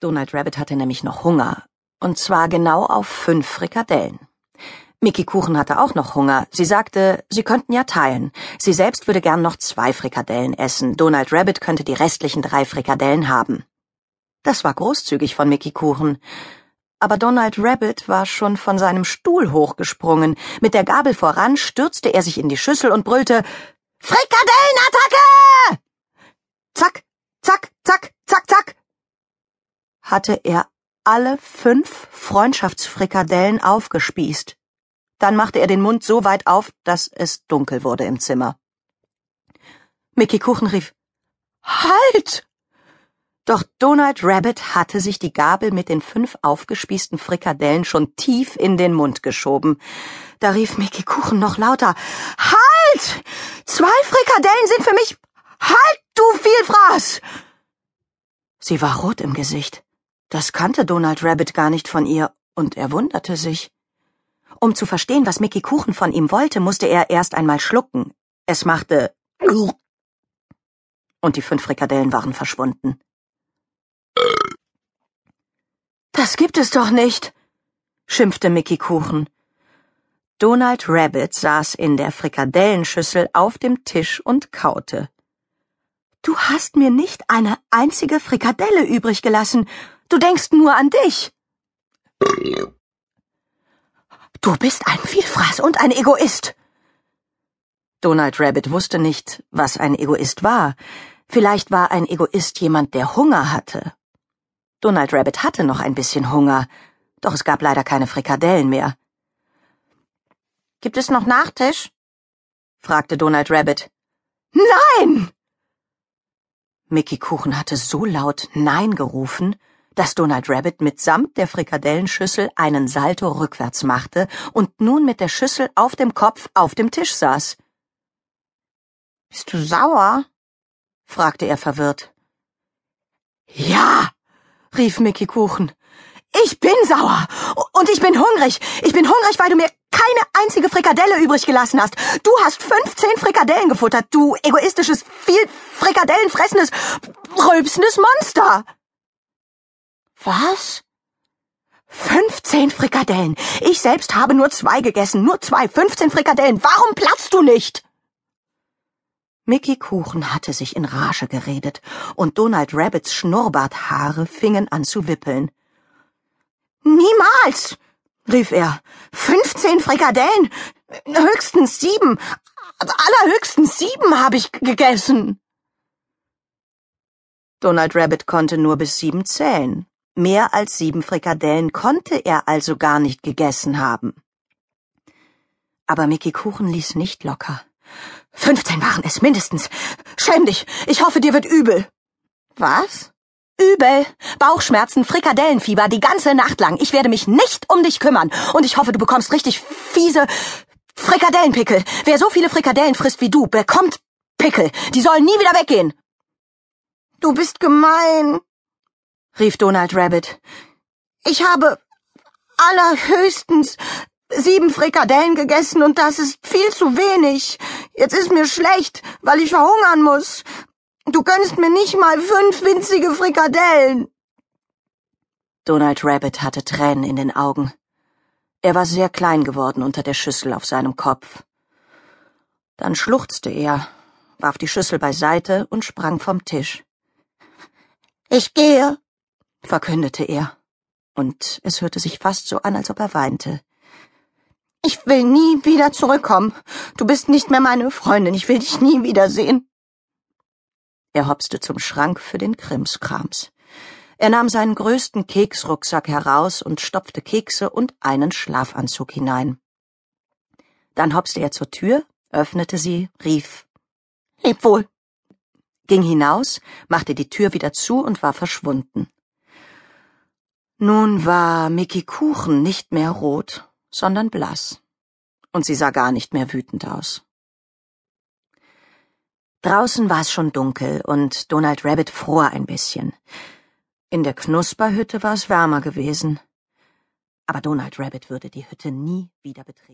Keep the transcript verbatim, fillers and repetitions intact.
Donald Rabbit hatte nämlich noch Hunger. Und zwar genau auf fünf Frikadellen. Micky Kuchen hatte auch noch Hunger. Sie sagte, sie könnten ja teilen. Sie selbst würde gern noch zwei Frikadellen essen. Donald Rabbit könnte die restlichen drei Frikadellen haben. Das war großzügig von Micky Kuchen. Aber Donald Rabbit war schon von seinem Stuhl hochgesprungen. Mit der Gabel voran stürzte er sich in die Schüssel und brüllte, »Frikadellenattacke!« Zack, zack, zack, zack, zack. Hatte er alle fünf Freundschaftsfrikadellen aufgespießt. Dann machte er den Mund so weit auf, dass es dunkel wurde im Zimmer. Micky Kuchen rief, »Halt!« Doch Donald Rabbit hatte sich die Gabel mit den fünf aufgespießten Frikadellen schon tief in den Mund geschoben. Da rief Micky Kuchen noch lauter, »Halt! Zwei Frikadellen sind für mich... Halt, du Vielfraß!« Sie war rot im Gesicht. Das kannte Donald Rabbit gar nicht von ihr, und er wunderte sich. Um zu verstehen, was Micky Kuchen von ihm wollte, musste er erst einmal schlucken. Es machte und die fünf Frikadellen waren verschwunden. »Das gibt es doch nicht«, schimpfte Micky Kuchen. Donald Rabbit saß in der Frikadellenschüssel auf dem Tisch und kaute. »Du hast mir nicht eine einzige Frikadelle übrig gelassen. Du denkst nur an dich.« »Du bist ein Vielfraß und ein Egoist.« Donald Rabbit wusste nicht, was ein Egoist war. Vielleicht war ein Egoist jemand, der Hunger hatte. Donald Rabbit hatte noch ein bisschen Hunger, doch es gab leider keine Frikadellen mehr. »Gibt es noch Nachtisch?« fragte Donald Rabbit. »Nein!« Micky Kuchen hatte so laut Nein gerufen, dass Donald Rabbit mitsamt der Frikadellenschüssel einen Salto rückwärts machte und nun mit der Schüssel auf dem Kopf auf dem Tisch saß. »Bist du sauer?« fragte er verwirrt. »Ja«, rief Micky Kuchen. »Ich bin sauer und ich bin hungrig. Ich bin hungrig, weil du mir keine einzige Frikadelle übrig gelassen hast. Du hast fünfzehn Frikadellen gefuttert, du egoistisches, viel Frikadellen fressendes, rülpsendes Monster.« »Was?« »Fünfzehn Frikadellen. Ich selbst habe nur zwei gegessen, nur zwei, fünfzehn Frikadellen. Warum platzt du nicht?« Micky Kuchen hatte sich in Rage geredet, und Donald Rabbits Schnurrbarthaare fingen an zu wippeln. »Niemals«, rief er. »Fünfzehn Frikadellen? Höchstens sieben. Allerhöchstens sieben habe ich gegessen.« Donald Rabbit konnte nur bis sieben zählen. Mehr als sieben Frikadellen konnte er also gar nicht gegessen haben. Aber Micky Kuchen ließ nicht locker. »Fünfzehn waren es mindestens. Schäm dich. Ich hoffe, dir wird übel.« »Was?« »Übel. Bauchschmerzen, Frikadellenfieber, die ganze Nacht lang. Ich werde mich nicht um dich kümmern. Und ich hoffe, du bekommst richtig fiese Frikadellenpickel. Wer so viele Frikadellen frisst wie du, bekommt Pickel. Die sollen nie wieder weggehen.« »Du bist gemein«, rief Donald Rabbit. »Ich habe allerhöchstens sieben Frikadellen gegessen und das ist viel zu wenig. Jetzt ist mir schlecht, weil ich verhungern muss. Du gönnst mir nicht mal fünf winzige Frikadellen.« Donald Rabbit hatte Tränen in den Augen. Er war sehr klein geworden unter der Schüssel auf seinem Kopf. Dann schluchzte er, warf die Schüssel beiseite und sprang vom Tisch. »Ich gehe«, verkündete er, und es hörte sich fast so an, als ob er weinte. »Ich will nie wieder zurückkommen. Du bist nicht mehr meine Freundin. Ich will dich nie wiedersehen.« Er hopste zum Schrank für den Krimskrams. Er nahm seinen größten Keksrucksack heraus und stopfte Kekse und einen Schlafanzug hinein. Dann hopste er zur Tür, öffnete sie, rief »Leb wohl«, ging hinaus, machte die Tür wieder zu und war verschwunden. Nun war Micky Kuchen nicht mehr rot, sondern blass, und sie sah gar nicht mehr wütend aus. Draußen war es schon dunkel, und Donald Rabbit fror ein bisschen. In der Knusperhütte war es wärmer gewesen. Aber Donald Rabbit würde die Hütte nie wieder betreten.